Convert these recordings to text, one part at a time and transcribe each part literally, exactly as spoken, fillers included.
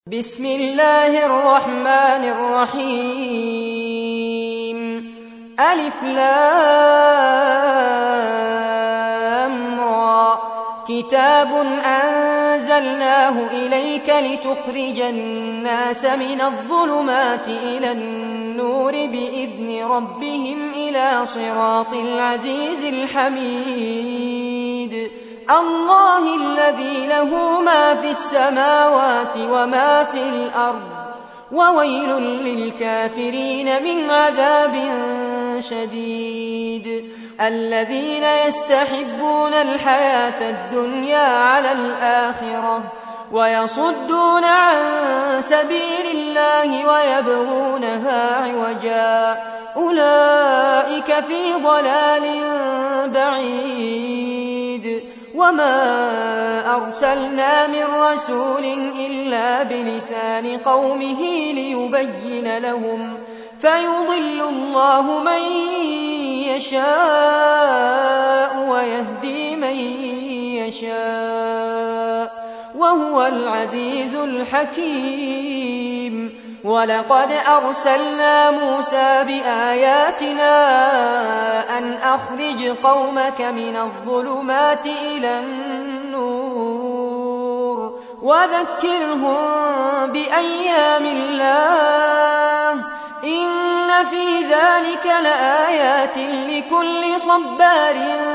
بسم الله الرحمن الرحيم. ألف لام را. كتاب أنزلناه إليك لتخرج الناس من الظلمات إلى النور بإذن ربهم إلى صراط العزيز الحميد. الله الذي له ما في السماوات وما في الأرض، وويل للكافرين من عذاب شديد. الذين يستحبون الحياة الدنيا على الآخرة ويصدون عن سبيل الله ويبغونها عوجا، أولئك في ضلال بعيد. وما أرسلنا من رسول إلا بلسان قومه ليبين لهم، فيضل الله من يشاء ويهدي من يشاء، وهو العزيز الحكيم. ولقد أرسلنا موسى بآياتنا أن أخرج قومك من الظلمات إلى النور وذكرهم بأيام الله، إن في ذلك لآيات لكل صبار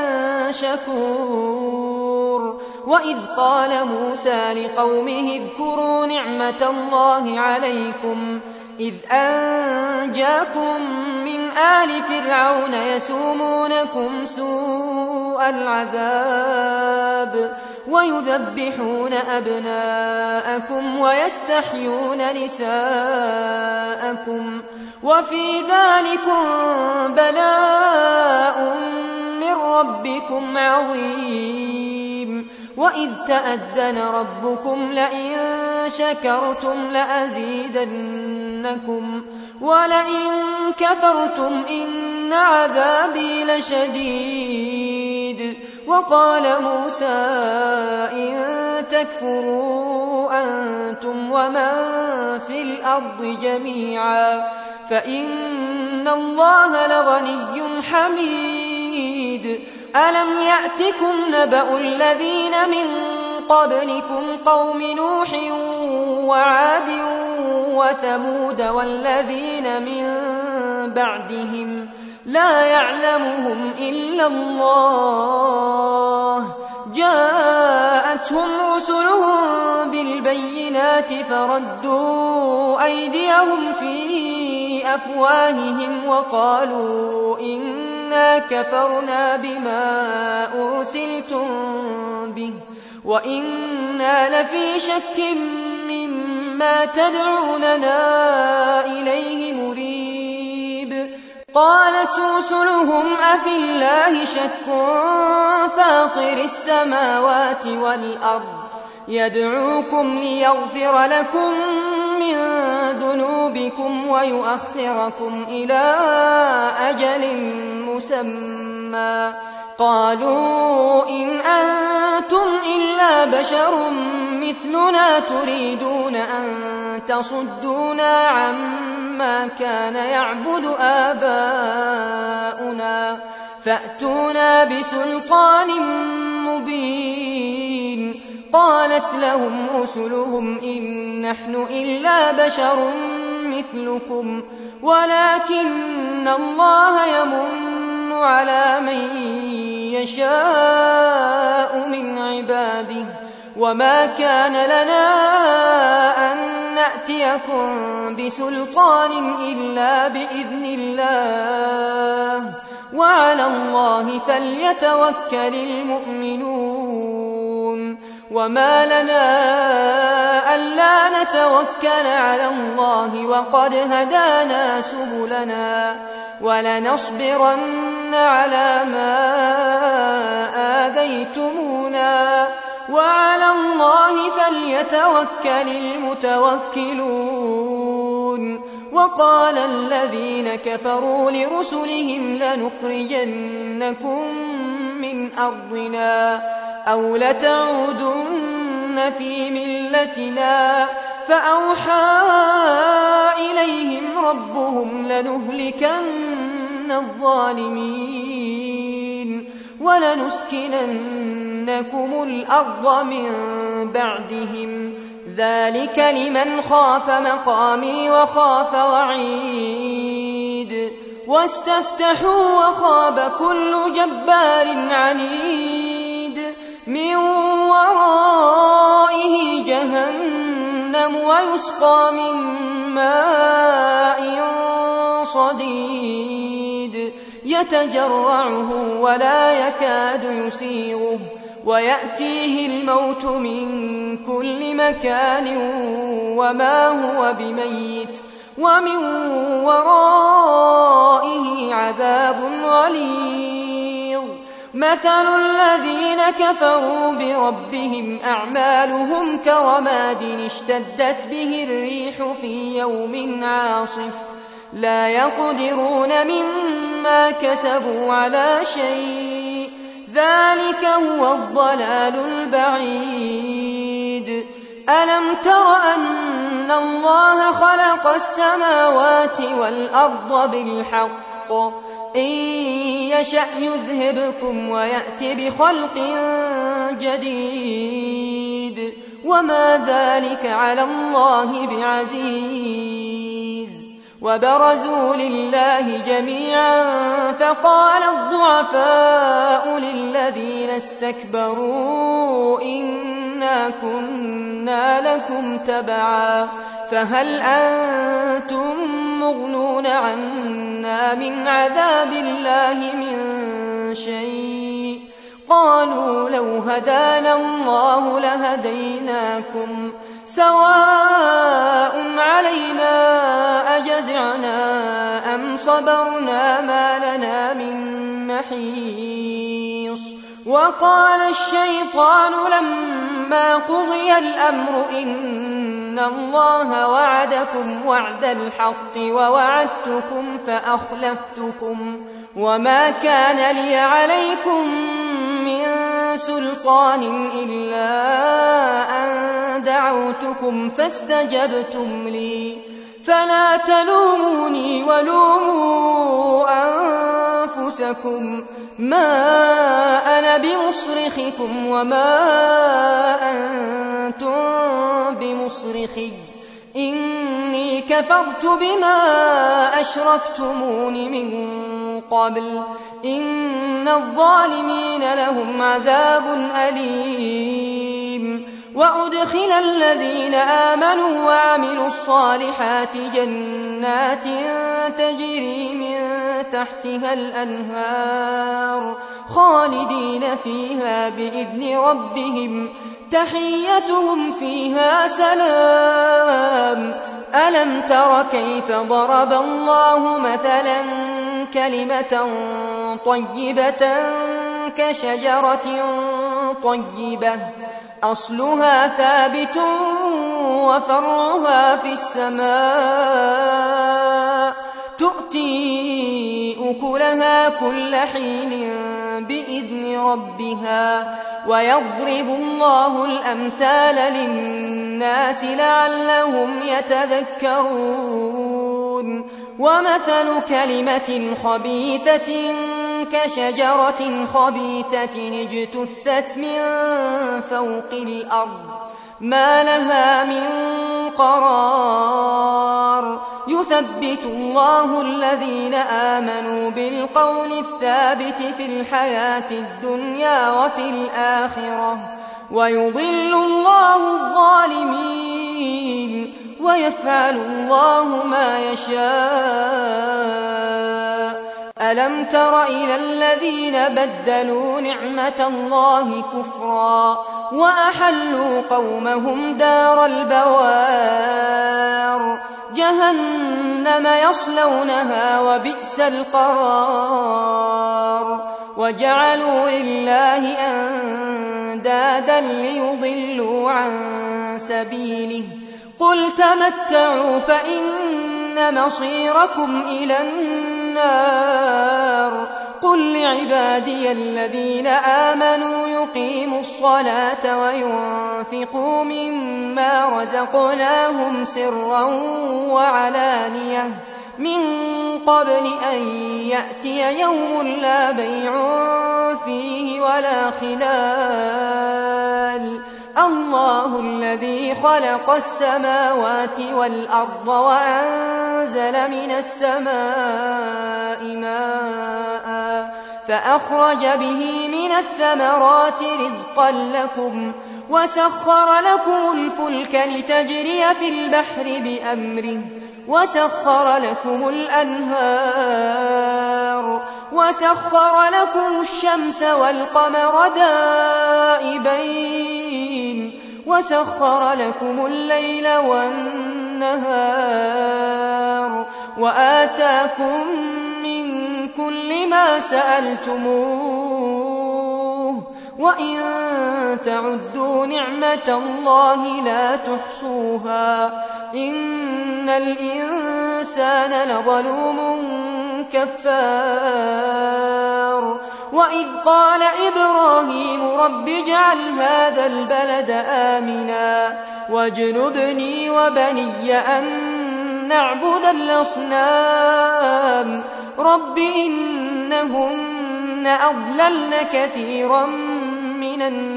شكور. وإذ قال موسى لقومه اذكروا نعمة الله عليكم إذ أنجاكم من آل فرعون يسومونكم سوء العذاب ويذبحون أبناءكم ويستحيون نساءكم، وفي ذلكم بلاء من ربكم عظيم. وإذ تأذن ربكم لئن شكرتم لأزيدنكم ولئن كفرتم إن عذابي لشديد. وقال موسى إن تكفروا أنتم ومن في الأرض جميعا فإن الله لغني حميد. ألم يأتكم نبأ الذين من قبلكم قوم نوح وعاد وثمود والذين من بعدهم لا يعلمهم إلا الله، جاءتهم رسلهم بالبينات فردوا أيديهم في أفواههم وقالوا إنا كفرنا بما أرسلتم به وإنا لفي شك مما تدعوننا إليه مريب. قالت رسلهم أفي الله شك فاطر السماوات والأرض يدعوكم ليغفر لكم من ذنوبكم ويؤخركم إلى أجل مسمى. قالوا إن أنتم إلا بشر مثلنا تريدون أن تصدونا عما كان يعبد آباؤنا فأتونا بسلطان مبين. قالت لهم رسلهم إن نحن إلا بشر مثلكم ولكن الله يمن على من يشاء من عباده، وما كان لنا أن نأتيكم بسلطان إلا بإذن الله، وعلى الله فليتوكل المؤمنون. وما لنا ألا نتوكل على الله وقد هدانا سبلنا ولنصبرن على ما آذيتمونا وعلى الله فليتوكل المتوكلون. وقال الذين كفروا لرسلهم لنخرجنكم من أرضنا أو لتعودن في ملتنا فأوحى إليهم ربهم لنهلكن الظالمين ولنسكننكم الأرض من بعدهم ذلك لمن خاف مقامي وخاف وعيد واستفتحوا وخاب كل جبار عنيد من ورائه جهنم ويسقى من ماء صديد يتجرعه ولا يكاد يسيغه ويأتيه الموت من كل مكان وما هو بميت ومن ورائه عذاب غليظ مثل الذين كفروا بربهم أعمالهم كرماد اشتدت به الريح في يوم عاصف لا يقدرون مما كسبوا على شيء ذلك هو الضلال البعيد ألم تر أن الله خلق السماوات والأرض بالحق إن يشأ يذهبكم ويأت بخلق جديد وما ذلك على الله بعزيز وبرزوا لله جميعا فقال الضعفاء للذين استكبروا إنا كنا لكم تبعا فهل أنتم مغنون عنا من عذاب الله من شيء قالوا لو هدانا الله لهديناكم سواء علينا أجزعنا أم صبرنا ما لنا من محيص وقال الشيطان لما قضي الأمر إن الله وعدكم وعد الحق ووعدتكم فأخلفتكم وما كان لي عليكم من سلطان إلا أن دعوتكم فاستجبتم لي فلا تلوموني ولوموا أنفسكم ما أنا بمصرخكم وما أنتم بمصرخي إني كفرت بما أشركتمون من قبل إن الظالمين لهم عذاب أليم وأدخل الذين آمنوا وعملوا الصالحات جنات تجري من تحتها الأنهار خالدين فيها بإذن ربهم تحيتهم فيها سلام ألم تر كيف ضرب الله مثلا كلمة طيبة كشجرة طيبة أصلها ثابت وفرعها في السماء تؤتي أكلها كل حين بإذن ربها ويضرب الله الأمثال للناس لعلهم يتذكرون ومثل كلمة خبيثة كشجرة خبيثة اجتثت من فوق الأرض ما لها من قرار يثبت الله الذين آمنوا بالقول الثابت في الحياة الدنيا وفي الآخرة ويضل الله الظالمين ويفعل الله ما يشاء ألم تر إلى الذين بدلوا نعمة الله كفرا وأحلوا قومهم دار البوار جهنم يصلونها وبئس القرار وجعلوا لله أندادا ليضلوا عن سبيله قل تمتعوا فإن مصيركم إلى النار قل لعبادي الذين آمنوا يقيموا الصلاة وينفقوا مما رزقناهم سرا وعلانية من قبل أن يأتي يوم لا بيع فيه ولا خلال الله الذي خلق السماوات والأرض وأنزل من السماء ماء فأخرج به من الثمرات رزقا لكم وسخر لكم الفلك لتجري في البحر بأمره وسخر لكم الأنهار وسخر لكم الشمس والقمر دائبين وسخر لكم الليل والنهار وآتاكم من كل ما سألتموه وإن تعدوا نعمة الله لا تحصوها إن الإنسان لظلوم كفار وإذ قال إبراهيم رب اجعل هذا البلد آمنا واجنبني وبني أن نعبد الأصنام رب إنهن أضللن كثيرا من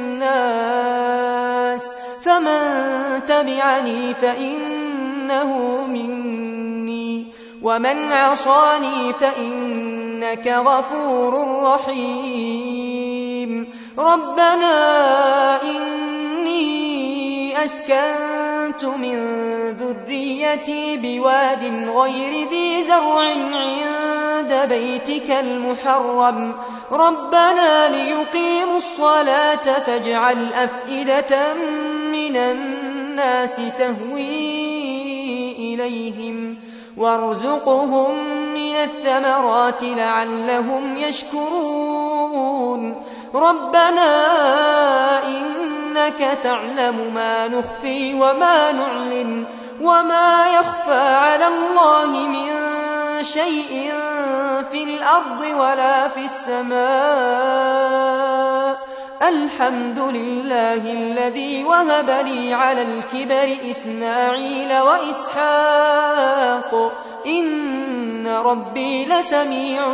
الناس فمن تبعني فإنه مني ومن عصاني فإنك غفور رحيم ربنا إني أسكنت من ذريتي بواد غير ذي زرع عند بيتك المحرم ربنا ليقيموا الصلاة فاجعل أفئدة من الناس تهوي إليهم وارزقهم من الثمرات لعلهم يشكرون ربنا إنك تعلم ما نخفي وما نعلن وما يخفى على الله من شيء في الأرض ولا في السماء الحمد لله الذي وهب لي على الكبر إسماعيل وإسحاق إن ربي لسميع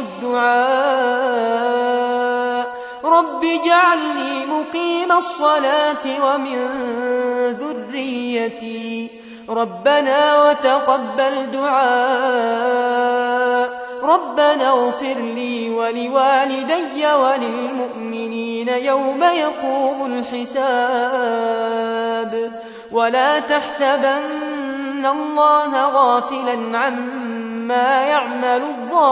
الدعاء رب اجعلني مقيم الصلاة ومن ذريتي ربنا وتقبل دعاء ربنا اغفر لي ولوالدي وللمؤمنين يوم يقوم الحساب ولا تحسبن الله غافلا عما يعمل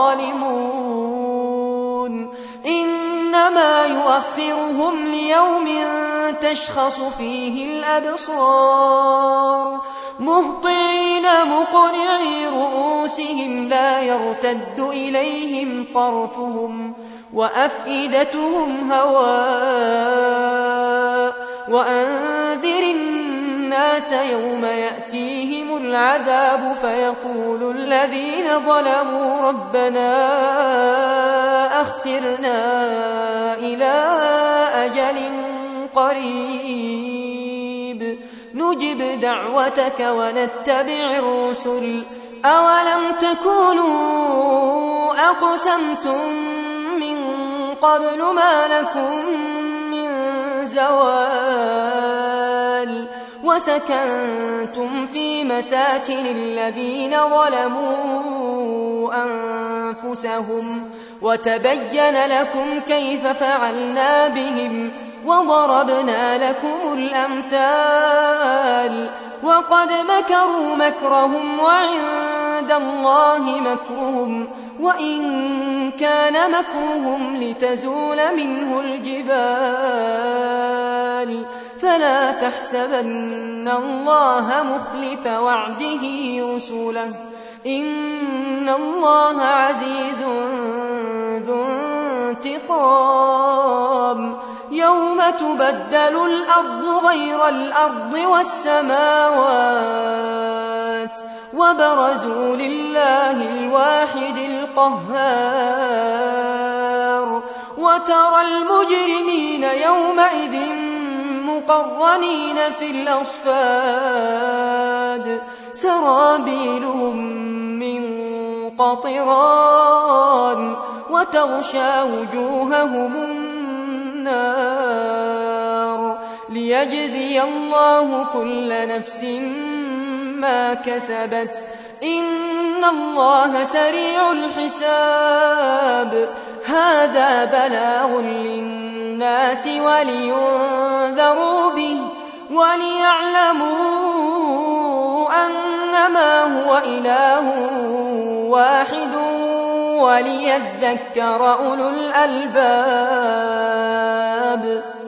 الظالمون إنما يؤخرهم ليوم تشخص فيه الأبصار مهطعين مقنعي رؤوسهم لا يرتد إليهم طرفهم وأفئدتهم هواء وأنذر الناس يوم يأتيهم العذاب فيقول الذين ظلموا ربنا أخرنا إلى أجل قريب نجب دعوتك ونتبع الرسل أولم تكونوا أقسمتم من قبل ما لكم من زوال وسكنتم في مساكن الذين ظلموا أنفسهم وتبين لكم كيف فعلنا بهم وضربنا لكم الأمثال وقد مكروا مكرهم وعند الله مكرهم وإن كان مكرهم لتزول منه الجبال فلا تحسبن الله مخلف وعده رسله إن الله عزيز ذو انتقام يوم تبدل الأرض غير الأرض والسماوات وبرزوا لله الواحد القهار وترى المجرمين يومئذ مقرنين في الأصفاد سرابيلهم من قطران وتغشى وجوههم النار ليجزي الله كل نفس ما كسبت إن الله سريع الحساب هذا بلاغ للناس ولينذروا به وليعلموا أنما هو إله واحد وليذكر أولو الألباب